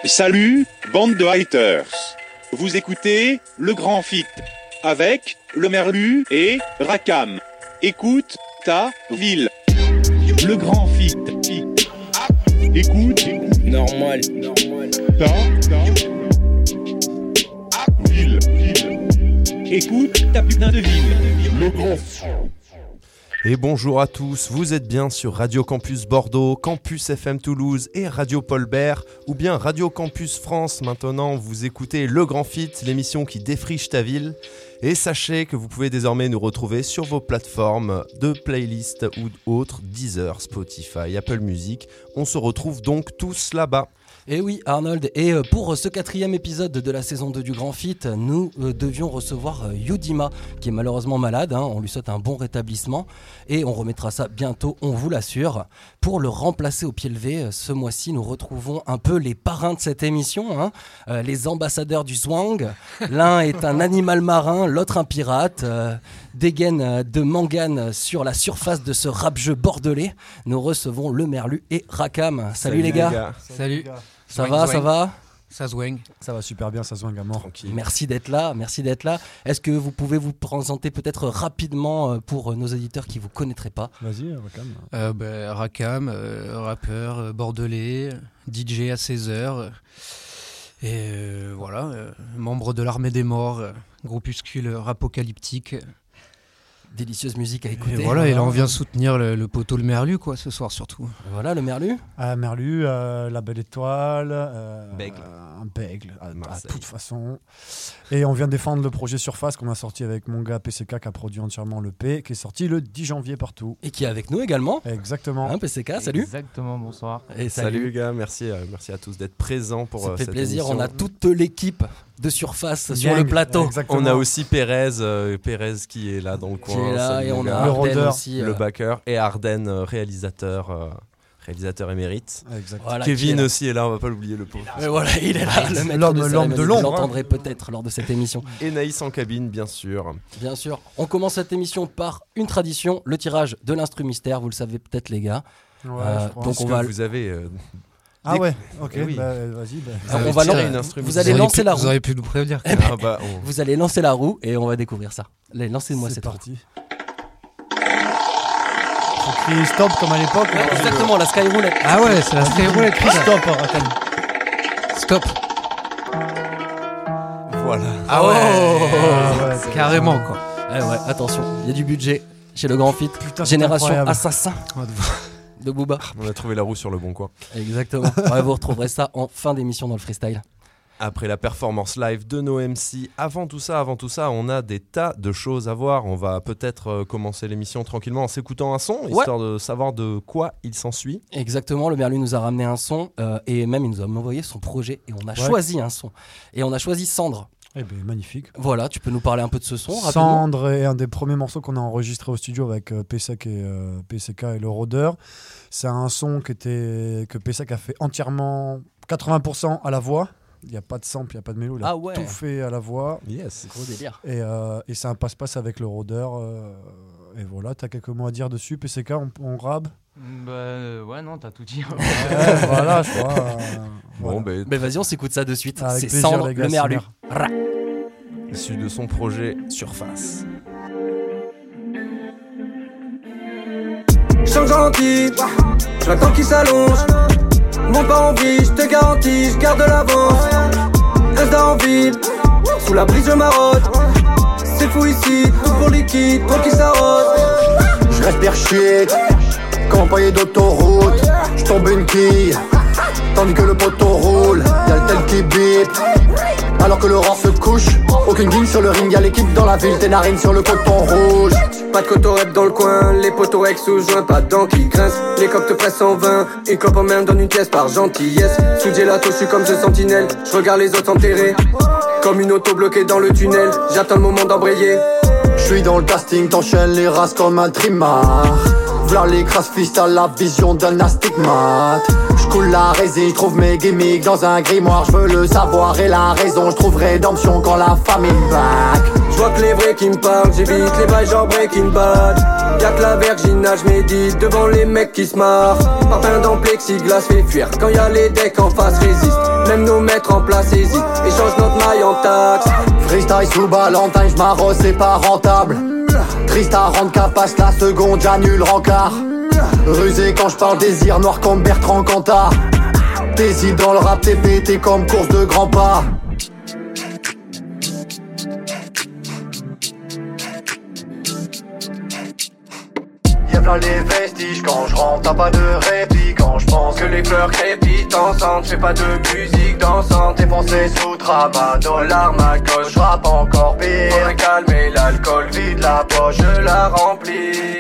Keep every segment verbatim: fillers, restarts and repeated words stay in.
Salut, bande de haters. Vous écoutez Le Grand Fit avec le Merlu et Rakam. Écoute ta ville. Le Grand Fit. Écoute. Normal. Ta, ta ville. Écoute ta putain de ville. Le Grand Fit. Et bonjour à tous, vous êtes bien sur Radio Campus Bordeaux, Campus F M Toulouse et Radio Paul Bert, ou bien Radio Campus France. Maintenant, vous écoutez Le Grand Fit, l'émission qui défriche ta ville. Et sachez que vous pouvez désormais nous retrouver sur vos plateformes de playlist ou autres, Deezer, Spotify, Apple Music. On se retrouve donc tous là-bas. Et oui Arnold, et pour ce quatrième épisode de la saison deux du Grand Fit, nous euh, devions recevoir euh, Yudima, qui est malheureusement malade, hein, on lui souhaite un bon rétablissement, et on remettra ça bientôt, on vous l'assure. Pour le remplacer au pied levé, euh, ce mois-ci nous retrouvons un peu les parrains de cette émission, hein, euh, les ambassadeurs du Zwang. L'un est un animal marin, l'autre un pirate, euh, des gaines de mangane sur la surface de ce rap-jeu bordelais. Nous recevons le Merlu et Rakam. Salut, Salut les gars, gars. Salut. Ça Zwang, va, zwang. ça va Ça zwang. Ça va super bien, ça zwang à mort. Tranquille. Merci d'être là, merci d'être là. Est-ce que vous pouvez vous présenter peut-être rapidement pour nos auditeurs qui ne vous connaîtraient pas ? Vas-y, Rakam. Euh, bah, Rakam, euh, rappeur euh, bordelais, D J à seize heures. Et euh, voilà, euh, membre de l'Armée des Morts, euh, groupuscule rapocalyptique. Délicieuse musique à écouter. Et voilà, et là on vient soutenir le, le poteau le Merlu quoi, ce soir surtout. Voilà le Merlu. Ah, Merlu, euh, la belle étoile. Euh, Bègle. Euh, un bègle, à, à toute façon. Et on vient défendre le projet Surface qu'on a sorti avec mon gars P C K qui a produit entièrement le P, qui est sorti le dix janvier partout. Et qui est avec nous également. Exactement. Hein, P C K, salut. Exactement, bonsoir. Et salut. Salut les gars, merci, euh, merci à tous d'être présents pour Ça euh, fait cette plaisir, émission. On a toute l'équipe de Surface Gang, sur le plateau. Exactement. On a aussi Pérez, euh, Pérez qui est là dans le coin. Qui est là, Salut, et on a gars. Arden aussi. Le euh... backer, et Arden, euh, réalisateur, euh, réalisateur émérite. Voilà, Kevin est aussi est là, on va pas l'oublier, le pauvre. Et voilà, il est là, le maître l'homme, de l'homme cérémonie. de l'ombre. Vous l'entendrez peut-être lors de cette émission. Et Naïs en cabine, bien sûr. Bien sûr. On commence cette émission par une tradition, le tirage de l'instru mystère. Vous le savez peut-être les gars. Ouais, euh, je donc Est-ce on que va. vous avez. Euh, Ah ouais, ok, Eh oui. bah, vas-y. Bah. Alors, Vous on va avez tiré lan- une instru vous mystère. allez Vous lancer auriez pu- la roue. Vous auriez pu nous prévenir. Eh ben, Ah bah, on- Vous allez lancer la roue et on va découvrir ça. Allez, lancez-moi C'est cette roue. parti. Faut crier stop comme à l'époque. Ouais, exactement, la Skyroulette. Ah ouais, c'est la Skyroulette. Stop, Rakam. Stop. Voilà. Ah ouais, Ah ouais, carrément quoi. Eh ouais, attention, il y a du budget chez le Grand Fit. Putain, c'est Génération incroyable. Assassin de Booba. On a trouvé la roue sur le bon coin. Exactement. Ouais, vous retrouverez ça en fin d'émission dans le freestyle. Après la performance live de nos M C, avant tout ça, avant tout ça, on a des tas de choses à voir. On va peut-être euh, commencer l'émission tranquillement en s'écoutant un son, Ouais. histoire de savoir de quoi il s'ensuit. Exactement, le Merlu nous a ramené un son euh, et même il nous a envoyé son projet et on a Ouais. choisi un son. Et on a choisi Cendre. Eh ben, magnifique. Voilà, tu peux nous parler un peu de ce son rapidement. Cendre est un des premiers morceaux qu'on a enregistré au studio avec euh, P C K et, euh, P C K et le Rôdeur. C'est un son qui était, que P C K a fait entièrement quatre-vingts pour cent à la voix. Il n'y a pas de sample, il n'y a pas de mélo. Il a Ah ouais. tout fait à la voix. Yes. Gros délire. Et, euh, et c'est un passe-passe avec le Rôdeur. Euh, et voilà, t'as quelques mots à dire dessus, P C K, on, on rabe. Bah euh, ouais, non, t'as tout dit. Ouais, voilà, je crois. euh, Bon, voilà. ben, Mais vas-y, on s'écoute ça de suite. Avec C'est plaisir, Cendre, les gars, le Merlu. c'est Ra. issu de son projet Surface. Change gentil, j'ai un temps qui s'allonge. Monte pas en vie, je te garantis, je garde l'avance. Reste en ville, sous la brise je marotte. C'est fou ici, tout pour liquide, trop qui s'arrose. Je respire shit, campagne d'autoroute. Je tombe une quille, tandis que le poteau roule. Y'a le tel qui bip, alors que l'aurore se couche. Aucune guigne sur le ring, y'a l'équipe dans la ville. Tes narines sur le coton rouge. Pas de coteau rep dans le coin, les poteaux ex sous joint, pas de dents qui grincent. Les coques te pressent en vain, une clope en main donne une pièce par gentillesse. Sous gelato, je suis comme ce sentinelle, je regarde les autres enterrés. Comme une auto bloquée dans le tunnel, j'attends le moment d'embrayer. Je suis dans le casting, t'enchaînes les races comme un trimar. V'là les crasses fils, t'as la vision d'un astigmate. J'coule la résine, j'trouve mes gimmicks dans un grimoire. J'veux le savoir et la raison, j'trouve rédemption quand la famine back. J'vois que les vrais qui me parlent, j'évite les bails genre Breaking Bad. Y'a que la Virginia, j'médite devant les mecs qui se marrent. Parpaing dans plexiglas fait fuir quand y'a les decks en face résistent. Même nos maîtres en place hésitent et changent notre maille en taxe. Freestyle sous Valentin, j'm'arrose, c'est pas rentable. Triste à rendre capace, la seconde j'annule rencard. Rusé quand j'parle désir, noir comme Bertrand Cantat. Désir dans le rap, t'es pété comme course de grands pas. Y'a plein les vestiges quand je rentre, t'as pas de répit quand je pense que les fleurs crépitent ensemble. J'fais pas de musique dansante, tes pensées sous tramadol, l'arme à gauche, j'rappe encore pire. Faudrait calmer l'alcool, vide la poche, je la remplis.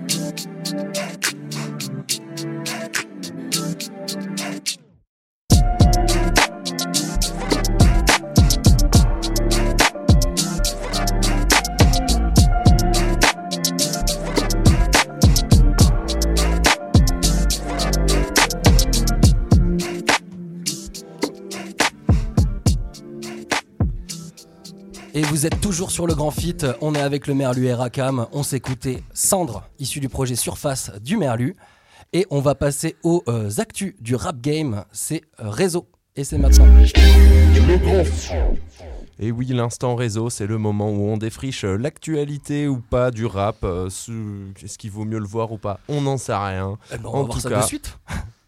Et vous êtes toujours sur le Grand Fit, on est avec le Merlu et Rakam, on s'est écouté Cendre, issu du projet Surface du Merlu, et on va passer aux euh, actus du rap game, c'est euh, Réseau, et c'est maintenant. Et oui, l'instant réseau, c'est le moment où on défriche l'actualité ou pas du rap, euh, ce- est-ce qu'il vaut mieux le voir ou pas, on n'en sait rien. Eh ben, on En va voir tout ça cas, de suite.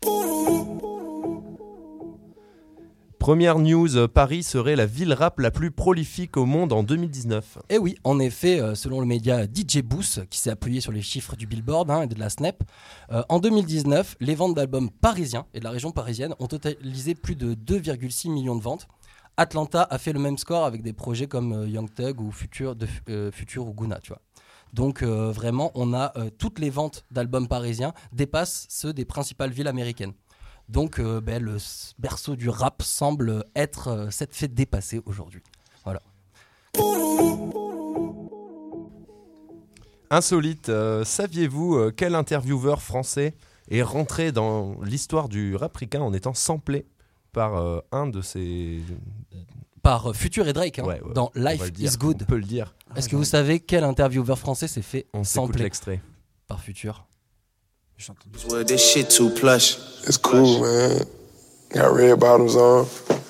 Première news, euh, Paris serait la ville rap la plus prolifique au monde en deux mille dix-neuf. Et oui, en effet, euh, selon le média D J Boost, qui s'est appuyé sur les chiffres du Billboard hein, et de la Snap, euh, en deux mille dix-neuf, les ventes d'albums parisiens et de la région parisienne ont totalisé plus de deux virgule six millions de ventes. Atlanta a fait le même score avec des projets comme euh, Young Thug ou Future, de, euh, Future ou Guna, tu vois. Donc euh, vraiment, on a euh, toutes les ventes d'albums parisiens dépassent ceux des principales villes américaines. Donc euh, ben, le s- berceau du rap semble être euh, cette fait dépasser aujourd'hui. Voilà. Insolite, euh, saviez-vous euh, quel intervieweur français est rentré dans l'histoire du rap ricain en étant samplé par euh, un de ses... Par euh, Future et Drake, hein, Ouais, ouais, dans on va Life le dire, is Good. On peut le dire. Est-ce que vous savez quel intervieweur français s'est fait On s'écoute sampler l'extrait. par Future? Well, this shit too plush. It's cool, man. Got red bottoms on.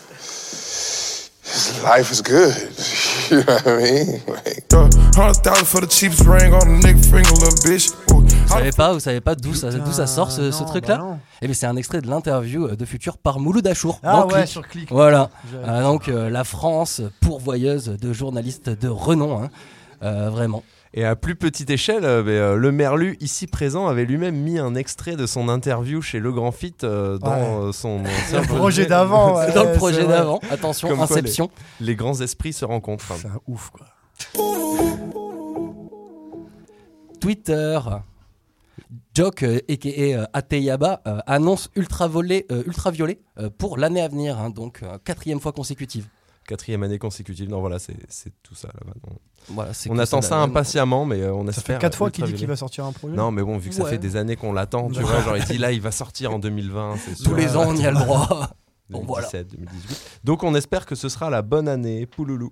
Life is good. You know what I mean? Like, Hundred thousand for the cheapest ring on the nigga finger, little bitch. Ooh. Vous savez pas, vous savez pas d'où ça, Putain, d'où ça sort ce, ce non, truc-là? bah non. Eh bien, c'est un extrait de l'interview euh, de Future par Mouloud Achour. Ah dans ouais, Click. sur Click. Voilà. J'avais Euh, vu donc euh, la France pourvoyeuse de journalistes de renom, hein. Euh, vraiment. Et à plus petite échelle, euh, mais, euh, le Merlu ici présent avait lui-même mis un extrait de son interview chez Le Grand Fit euh, dans Ouais. euh, son ancien Le projet d'avant, ouais. C'est dans le c'est projet vrai. d'avant. Attention, Comme quoi, Inception. Les grands esprits se rencontrent. C'est un ouf, quoi. Twitter. Joke, euh, aka euh, Ateyaba, euh, annonce ultraviolet, euh, ultraviolet euh, pour l'année à venir, hein, donc euh, quatrième fois consécutive. Quatrième année consécutive. Non, voilà, c'est c'est tout ça là-bas. Non. Voilà, c'est On que attend c'est ça la- impatiemment, mais euh, on Ça espère. fait quatre euh, fois qu'il dit qu'il ultraviolet. va sortir un projet. Non, mais bon, vu que ça Ouais. fait des années qu'on l'attend, tu Ouais. vois, genre il dit là, il va sortir en deux mille vingt. C'est sûr. Tous les ans, on y a le droit. Bon, deux mille voilà. dix-sept, deux mille dix-huit. Donc on espère que ce sera la bonne année, Pouloulou.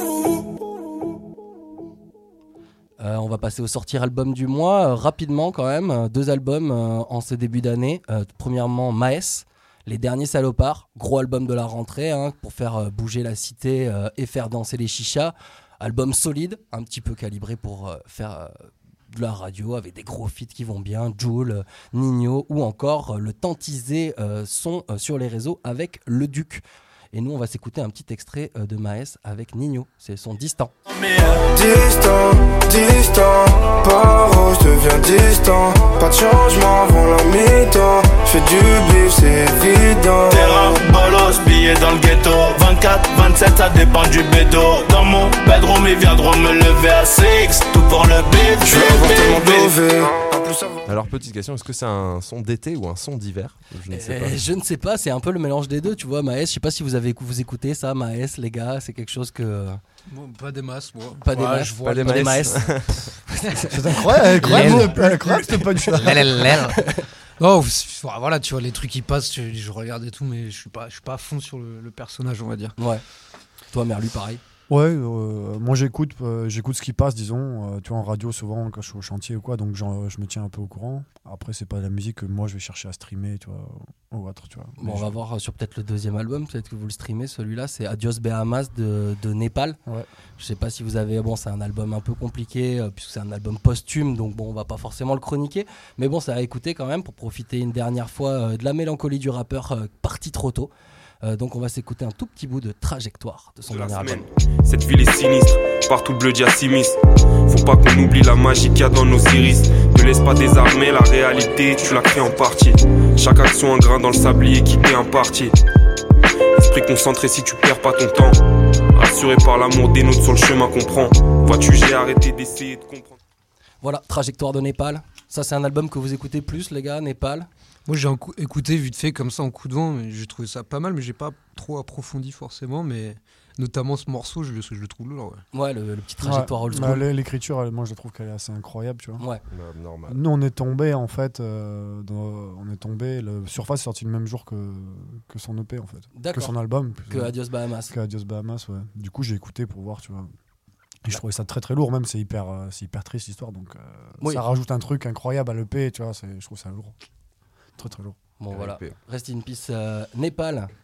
Euh, on va passer au sortir album du mois, euh, rapidement quand même. Euh, deux albums euh, en ce début d'année. Euh, premièrement, Maes, Les Derniers Salopards, gros album de la rentrée hein, pour faire euh, bouger la cité euh, et faire danser les chichas. Album solide, un petit peu calibré pour euh, faire euh, de la radio avec des gros feats qui vont bien, Jul, euh, Nino ou encore euh, le tant teasé euh, son euh, sur les réseaux avec Le Duc. Et nous, on va s'écouter un petit extrait euh, de Maes avec Nino, c'est son Distant. Distant, distant, paro, je deviens distant. Pas de changement avant la mi-temps. J'fais du bif, c'est évident. Terrain, bolos, billets dans le ghetto. vingt-quatre, vingt-sept, ça dépend du bédo. Dans mon bedroom, ils viendront me lever à six. Tout pour le bif, J'veux avoir tellement bif, bif. dové. En plus, ça va. Alors petite question, est-ce que c'est un son d'été ou un son d'hiver? Je ne sais Euh, pas. je ne sais pas, c'est un peu le mélange des deux, tu vois. Maes, je sais pas si vous avez vous écoutez ça, Maes, les gars, c'est quelque chose que Bon, pas des masses, moi. pas des Ouais, masses, je vois Pas des pas des Maes. Maes. C'est incroyable, incroyable, incroyable ce punch-là. Non, c'est- voilà, tu vois, les trucs qui passent, je, je regarde et tout, mais je suis pas, je suis pas à fond sur le, le personnage, on va dire. Ouais. Toi, Merlu, pareil. Ouais, euh, moi j'écoute, euh, j'écoute ce qui passe, disons. Euh, tu vois, en radio, souvent, quand je suis au chantier ou quoi, donc genre, je me tiens un peu au courant. Après, c'est pas de la musique que moi je vais chercher à streamer, tu vois, ou autre, tu vois. Bon, Mais on va je- voir sur peut-être le deuxième album, peut-être que vous le streamez. Celui-là, c'est Adios Bahamas de, de Népal. Ouais. Je sais pas si vous avez. Bon, c'est un album un peu compliqué, euh, puisque c'est un album posthume, donc bon, on va pas forcément le chroniquer. Mais bon, ça a écouté quand même pour profiter une dernière fois euh, de la mélancolie du rappeur euh, parti trop tôt. Euh, donc on va s'écouter un tout petit bout de Trajectoire de son De la dernier semaine. album. Cette ville est sinistre, partout le bleu diacimis. Faut pas qu'on oublie la magie qu'il y a dans nos iris. Ne laisse pas désarmer la réalité, tu la crées en partie. Chaque action un grain dans le sablier qui t'est imparti. Esprit concentré si tu perds pas ton temps. Assuré par l'amour des nôtres sur le chemin qu'on prend. Vois-tu, j'ai arrêté d'essayer de comprendre. Voilà, Trajectoire de Népal. Ça, c'est un album que vous écoutez plus, les gars, Népal. Moi j'ai un coup- écouté vite fait comme ça en coup de vent, mais j'ai trouvé ça pas mal, mais j'ai pas trop approfondi forcément, mais notamment ce morceau, je le, je le trouve lourd. Ouais, Ouais, le, le petit Trajectoire old Ouais, school. bah, l'écriture, elle, moi je trouve qu'elle est assez incroyable, tu vois. Ouais. Bah, normal. Nous, on est tombé en fait, euh, dans- on est tombé. Le Surface est sorti le même jour que, que son E P en fait, D'accord. que son album, Que Adios Bahamas. que Adios Bahamas, ouais. Du coup, j'ai écouté pour voir, tu vois. Et je trouvais ça très très lourd, même c'est hyper, euh, c'est hyper triste l'histoire, donc euh, Oui. ça rajoute un truc incroyable à l'E P, tu vois. C'est, je trouve ça lourd, très très lourd. Bon, R I voilà. P. Rest in peace, euh, Népal.